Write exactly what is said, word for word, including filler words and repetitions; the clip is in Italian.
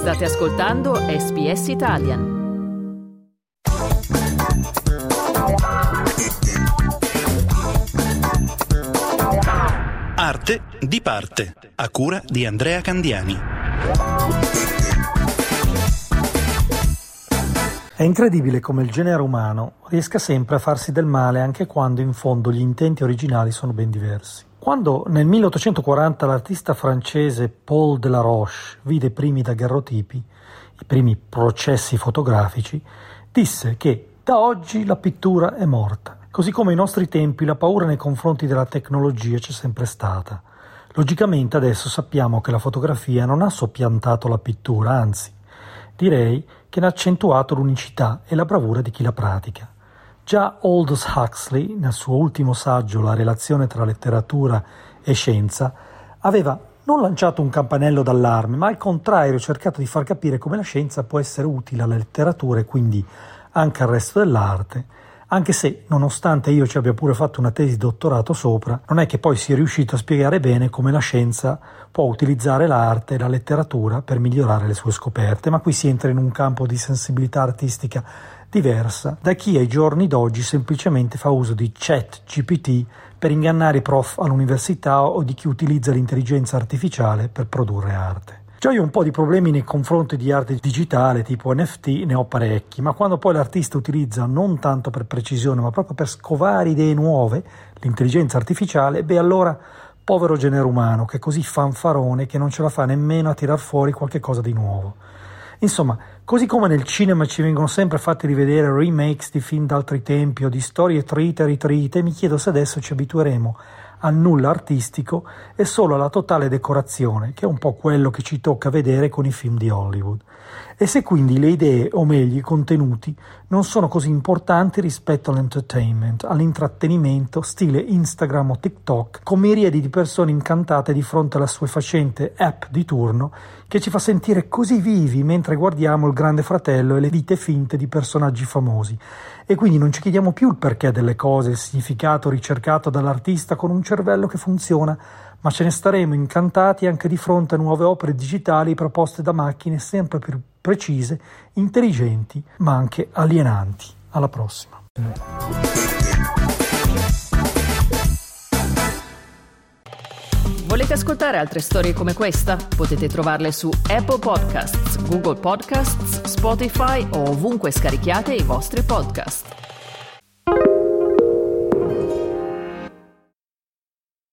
State ascoltando S B S Italian. Arte di parte, a cura di Andrea Candiani. È incredibile come il genere umano riesca sempre a farsi del male anche quando in fondo gli intenti originali sono ben diversi. Quando nel milleottocentoquaranta l'artista francese Paul Delaroche vide i primi daguerrotipi, i primi processi fotografici, disse che da oggi la pittura è morta. Così come ai nostri tempi la paura nei confronti della tecnologia c'è sempre stata. Logicamente adesso sappiamo che la fotografia non ha soppiantato la pittura, anzi, direi che ne ha accentuato l'unicità e la bravura di chi la pratica. Già Aldous Huxley, nel suo ultimo saggio La relazione tra letteratura e scienza, aveva non lanciato un campanello d'allarme, ma al contrario cercato di far capire come la scienza può essere utile alla letteratura e quindi anche al resto dell'arte, anche se, nonostante io ci abbia pure fatto una tesi di dottorato sopra, non è che poi sia riuscito a spiegare bene come la scienza può utilizzare l'arte e la letteratura per migliorare le sue scoperte, ma qui si entra in un campo di sensibilità artistica diversa da chi ai giorni d'oggi semplicemente fa uso di Chat G P T per ingannare i prof all'università o di chi utilizza l'intelligenza artificiale per produrre arte. Già io un po' di problemi nei confronti di arte digitale tipo N F T ne ho parecchi, ma quando poi l'artista utilizza non tanto per precisione ma proprio per scovare idee nuove l'intelligenza artificiale, beh allora povero genere umano che è così fanfarone che non ce la fa nemmeno a tirar fuori qualche cosa di nuovo. Insomma, così come nel cinema ci vengono sempre fatti rivedere remakes di film d'altri tempi o di storie trite e ritrite, mi chiedo se adesso ci abitueremo al nulla artistico e solo alla totale decorazione, che è un po' quello che ci tocca vedere con i film di Hollywood. E se quindi le idee, o meglio i contenuti, non sono così importanti rispetto all'entertainment, all'intrattenimento stile Instagram o TikTok, con miriadi di persone incantate di fronte alla assuefacente app di turno che ci fa sentire così vivi mentre guardiamo il Grande Fratello e le vite finte di personaggi famosi. E quindi non ci chiediamo più il perché delle cose, il significato ricercato dall'artista con un cervello che funziona, ma ce ne staremo incantati anche di fronte a nuove opere digitali proposte da macchine sempre più precise, intelligenti, ma anche alienanti. Alla prossima. Volete ascoltare altre storie come questa? Potete trovarle su Apple Podcasts, Google Podcasts, Spotify o ovunque scarichiate i vostri podcast.